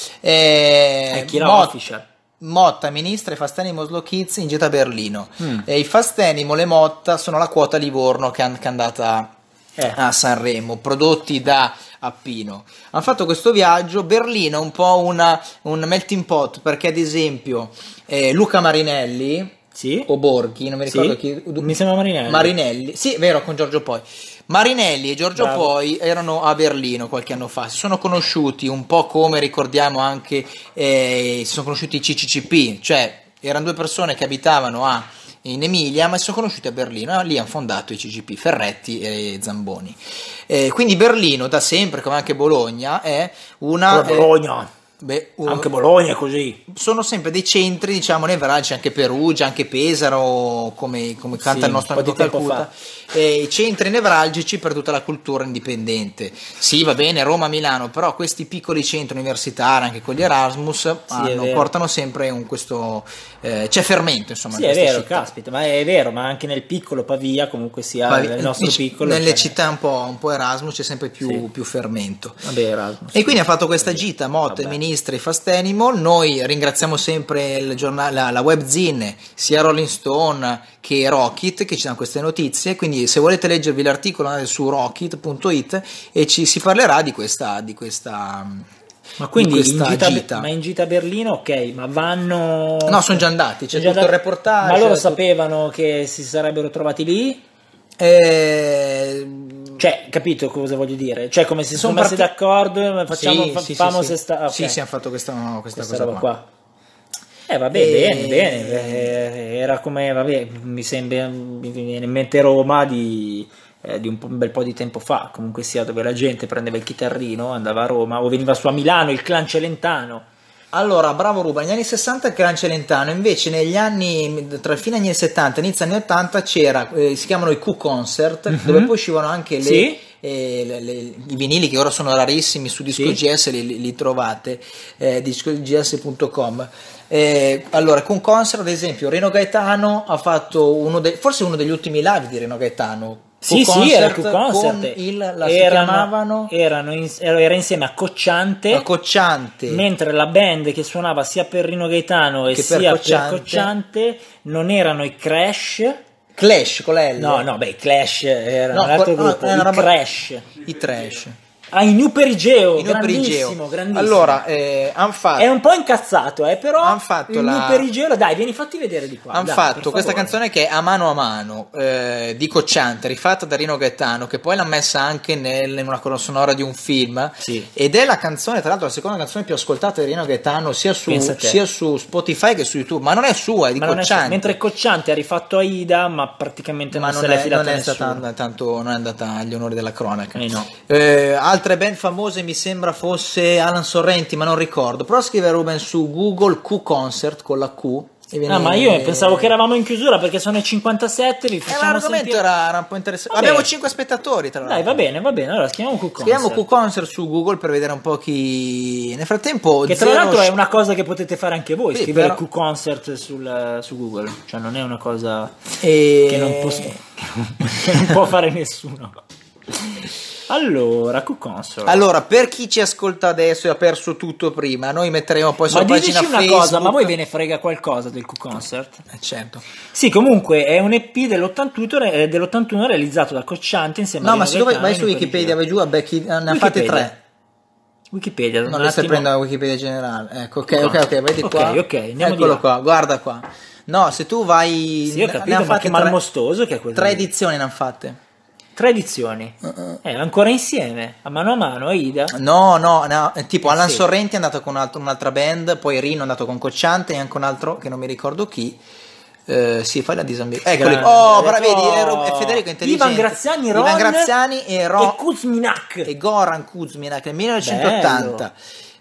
È Kira Official. Motta, ministra e Fast Animal Slow Kids in gita a Berlino. E i Fast Animal e Motta sono la quota Livorno che è andata a Sanremo, prodotti da Appino. Hanno fatto questo viaggio. Berlino è un po' un melting pot, perché ad esempio Luca Marinelli Sì. o Borghi, non mi ricordo Sì. chi. Mi sembra Marinelli. Sì, vero, con Giorgio Poi. Marinelli e Giorgio Bravo. Poi erano a Berlino qualche anno fa, si sono conosciuti un po' come ricordiamo anche, si sono conosciuti i CCCP, cioè erano due persone che abitavano in Emilia ma si sono conosciuti a Berlino, lì hanno fondato i CCP, Ferretti e Zamboni. Quindi Berlino da sempre, come anche Bologna, è una... Bologna. Anche Bologna è così. Sono sempre dei centri, diciamo, nevralgici, anche Perugia, anche Pesaro, come canta il nostro un po' amico di tempo Calcutta, i centri nevralgici per tutta la cultura indipendente. Sì, va bene, Roma, Milano, però questi piccoli centri universitari, anche quelli Erasmus, portano sempre questo... c'è fermento, insomma. Sì, in è queste vero, città. caspita, ma è vero, ma anche nel piccolo Pavia comunque sia il nostro piccolo. Nelle città un po' Erasmus c'è sempre più fermento. Vabbè, Erasmus. E quindi ha fatto questa gita, Motta e ministri Fast Animal. Noi ringraziamo sempre il giornale, la webzine, sia Rolling Stone che Rocket, che ci danno queste notizie. Quindi se volete leggervi l'articolo andate su rocket.it e si parlerà di questa Ma quindi di questa gita. Ma in gita a Berlino, ok, ma vanno... No, sono già andati, c'è tutto il reportage. Ma loro sapevano che si sarebbero trovati lì? Cioè, capito cosa voglio dire? Cioè, come si sono messi d'accordo, facciamo sì. sta... okay. Sì, hanno fatto questa cosa roba qua. Vabbè, bene. Era come, vabbè, mi viene in mente Roma di un bel po' di tempo fa, comunque sia, dove la gente prendeva il chitarrino, andava a Roma o veniva su a Milano, il Clan Celentano. Allora, bravo Ruba, negli anni 60 il Clan Celentano, invece negli anni, tra il fine anni 70 e inizio anni 80 c'era, si chiamano i Q-Concert, dove poi uscivano anche i vinili che ora sono rarissimi, su Disco GS li trovate, discogs.com. Allora, con concert ad esempio Rino Gaetano ha fatto forse uno degli ultimi live di Rino Gaetano. Sì, era il Q-Concert. Era insieme a Cocciante, mentre la band che suonava sia per Rino Gaetano e sia per Cocciante non erano i Clash con la L. No, i Clash erano un altro gruppo, i Trash. I Trash. in New Perigeo, In New Perigeo. grandissimo. Allora, hanno fatto... È un po' incazzato, però Han fatto il la- New Perigeo, dai, vieni fatti vedere di qua. Hanno dai, fatto per questa favore. canzone che è A mano di Cocciante, rifatta da Rino Gaetano, che poi l'ha messa anche in una colonna sonora di un film. Sì. Ed è la canzone, tra l'altro, la seconda canzone più ascoltata di Rino Gaetano sia su Pensa te. Spotify che su YouTube. Ma non è sua, è di Ma non è- Cocciante. mentre Cocciante ha rifatto Aida, ma praticamente Ma non se l'è filata non è nessuno. stata tanto, non è andata agli onori della cronaca. No. Altre band famose mi sembra fosse Alan Sorrenti, ma non ricordo. Però scrive Ruben su Google Q Concert con la Q. E viene- Ah, ma io pensavo che eravamo in chiusura perché sono le 57, vi ma facciamo l'argomento sentire. era un po' interessante. Vabbè. Abbiamo 5 spettatori, tra l'altro. Dai, va bene, allora scriviamo Q Concert. Scriviamo Q Concert su Google per vedere un po' chi. Nel frattempo, Che tra zero l'altro è una cosa che potete fare anche voi, Sì, scrivere però- Q Concert su Google, cioè non è una cosa E- che non può fare nessuno. Allora, Q Concert. Allora, per chi ci ascolta adesso e ha perso tutto prima, noi metteremo poi ma sulla diteci pagina una Facebook. cosa, ma voi ve ne frega qualcosa del Q Concert? Certo. Sì, comunque è un EP dell'81 realizzato da Cocciante insieme a No, ma Rino se tu vai Gaetano su e Wikipedia, vai giù, ne ha fatti Wikipedia. 3. Wikipedia, Non un li stai attimo. prendendo la Wikipedia generale. Ecco, ok, vai di qua. Ok, andiamo di Eccolo là. qua, guarda qua. No, se tu vai. Sì, ho ne capito, hanno ma fatte che malmostoso che è quello 3 lì. edizioni ne hanno fatte. 3 edizioni. Ancora insieme, a mano, Aida. No, tipo Alan sì. Sorrenti è andato con un'altra band, poi Rino è andato con Cocciante e anche un altro che non mi ricordo chi. Sì, fai la disambiguazione. Eccoli. Grande. Oh, vedi, è Federico è intelligente. Ivan Graziani, Ron Ivan Graziani e Kuzminak. e Goran Kuzminak nel 1980.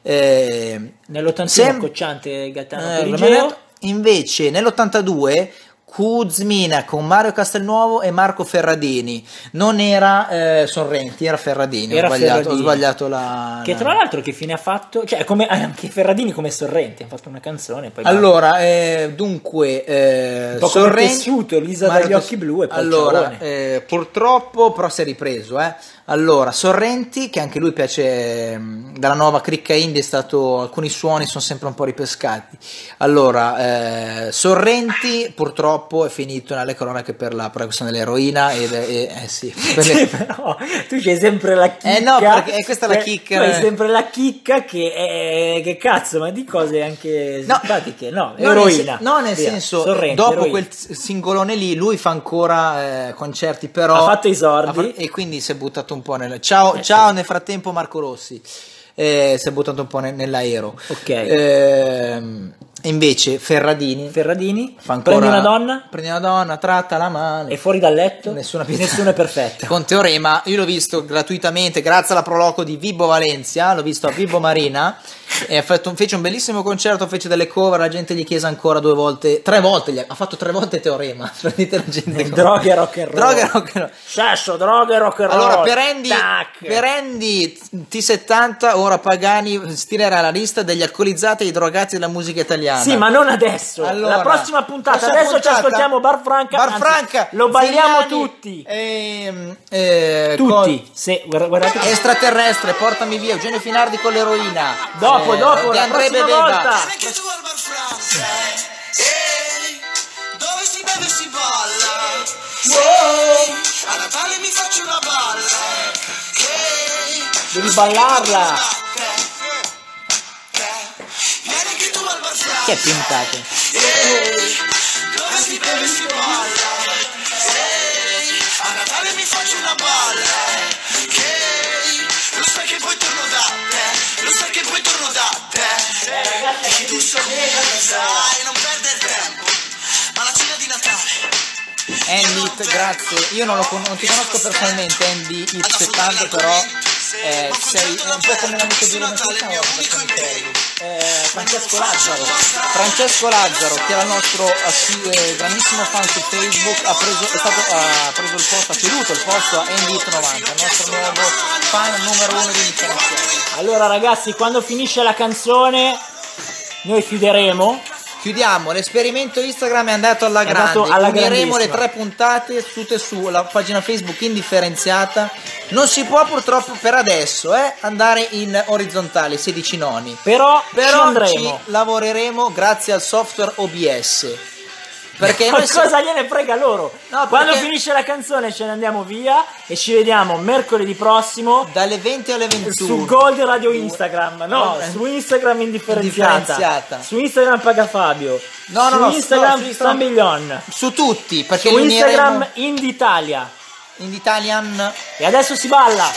Nell'81 Sem- Cocciante Gaetano l'abbiamo Perigeo. detto. Invece nell'82 Kuzmina con Mario Castelnuovo e Marco Ferradini. Non era Sorrenti, era Ferradini. Era Ho sbagliato, Ferradini. ho sbagliato la. Che tra l'altro che fine ha fatto? Cioè, come anche Ferradini come Sorrenti, ha fatto una canzone. Poi Allora, dunque, un po' come Tessuto, Lisa dagli occhi blu e poi allora, Ciarone. purtroppo, però si è ripreso, Allora, Sorrenti, che anche lui piace dalla nuova cricca indie, alcuni suoni sono sempre un po' ripescati. Allora, Sorrenti purtroppo è finito nelle cronache per la questione dell'eroina sì, Sì, però tu c'hai sempre la chicca. no, perché questa è la chicca. Tu hai sempre la chicca che cazzo, ma di cose anche No. simpatiche. No, No, eroina. nel Via. senso, Sorrenti, dopo eroina. quel singolone lì, lui fa ancora concerti, però Ha fatto i sordi. e quindi si è buttato un po' ciao, sì. nel frattempo Marco Rossi si è buttato un po' nell'aereo. Ok. Invece Ferradini fa ancora, prendi una donna, tratta la mano e fuori dal letto nessuna pietà. nessuno è perfetto. Con Teorema io l'ho visto gratuitamente grazie alla proloco di Vibo Valencia, l'ho visto a Vibo Marina e fece un bellissimo concerto, fece delle cover, la gente gli chiese ancora 2 volte, 3 volte, ha fatto 3 volte Teorema. Dite la gente Droghe e rock and roll. Droghe e rock and roll. Sesso, droghe e rock and roll. Allora, Tac. per Andy T70 ora Pagani stilerà la lista degli alcolizzati e i drogati della musica italiana. Sì, ma non adesso. Allora, la prossima puntata. prossima Adesso puntata, ci ascoltiamo Bar Franca. Bar anzi, Franca, lo balliamo Zegnani, tutti. Tutti. Se, guardate. Extraterrestre, portami via, Eugenio Finardi con l'eroina. Dopo, De la André prossima Bevega. volta. Perché tu al Bar Francia, dove si beve e si balla. A Natale mi faccio una balla. Devi ballarla. Vieni che tu al Bar Francia, Che è pintato? dove si beve e si balla. A Natale mi faccio una balla. Lo sai che poi torno da te. Lo sai che poi torno da te. E tu sai, non perdere tempo. Ma la cena di Natale. Andy Hit, grazie. Io non ti conosco personalmente, Andy Hit 70, però sei un po' come l'amico di Francesco Lazzaro, che era il nostro grandissimo fan su Facebook, ha preso il posto, ha ceduto il posto a Andy Hit 90, il nostro nuovo fan numero 1 di Differenziale. Allora, ragazzi, quando finisce la canzone, noi chiuderemo. Chiudiamo, l'esperimento Instagram è andato alla andato grande, alla uniremo le grandissima. 3 puntate tutte sulla pagina Facebook indifferenziata. Non si può purtroppo per adesso andare in orizzontale, 16 noni. Però ci Però andremo. ci lavoreremo grazie al software OBS. Perché noi cosa gliene frega loro? No, Quando perché- finisce la canzone ce ne andiamo via e ci vediamo mercoledì prossimo dalle 20 alle 21 su Gold Radio Instagram, no, No, su Instagram indifferenziata, su Instagram Paga Fabio, No, su no, Instagram su Instagram- Stambiglion, su tutti, perché su li uniremo Instagram Inditalia. in Italian. E adesso si balla.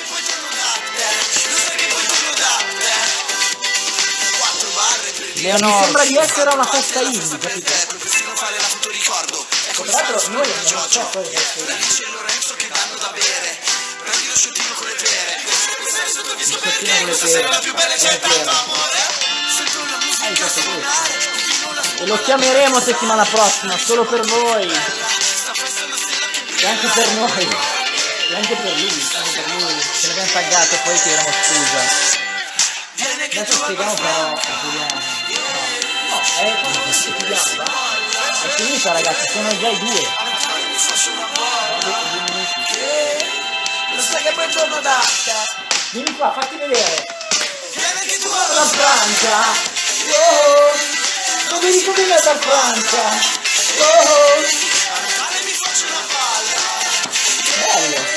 Mi Leonor, sembra di essere a una festa indie, capito? Tra l'altro noi abbiamo fatto e lo chiameremo settimana prossima solo per voi e anche per noi e anche per lui, ce l'abbiamo taggato, poi chiederemo scusa. Adesso spieghiamo però a Giuliano. è finita ragazzi, sono già i 2. Lo sai che poi torno da Vieni qua, fatti vedere. la Francia. Non mi dico che da Francia. Bello.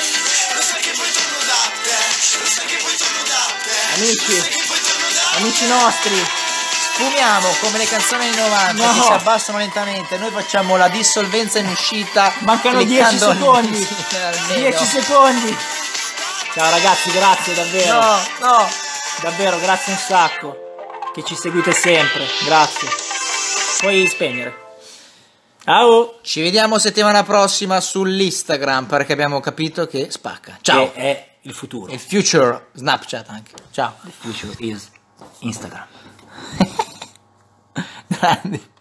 Amici nostri, Fumiamo come le canzoni anni 90 No. che si abbassano lentamente. Noi facciamo la dissolvenza in uscita. mancano 10 cliccando secondi. almeno. 10 secondi. Ciao ragazzi, grazie davvero. No. Davvero, grazie un sacco. Che ci seguite sempre. Grazie. Puoi spegnere. Ciao. Ci vediamo settimana prossima sull'Instagram perché abbiamo capito che spacca. Ciao. Che è il futuro. Il future Snapchat anche. Ciao. The future is Instagram. Grandi.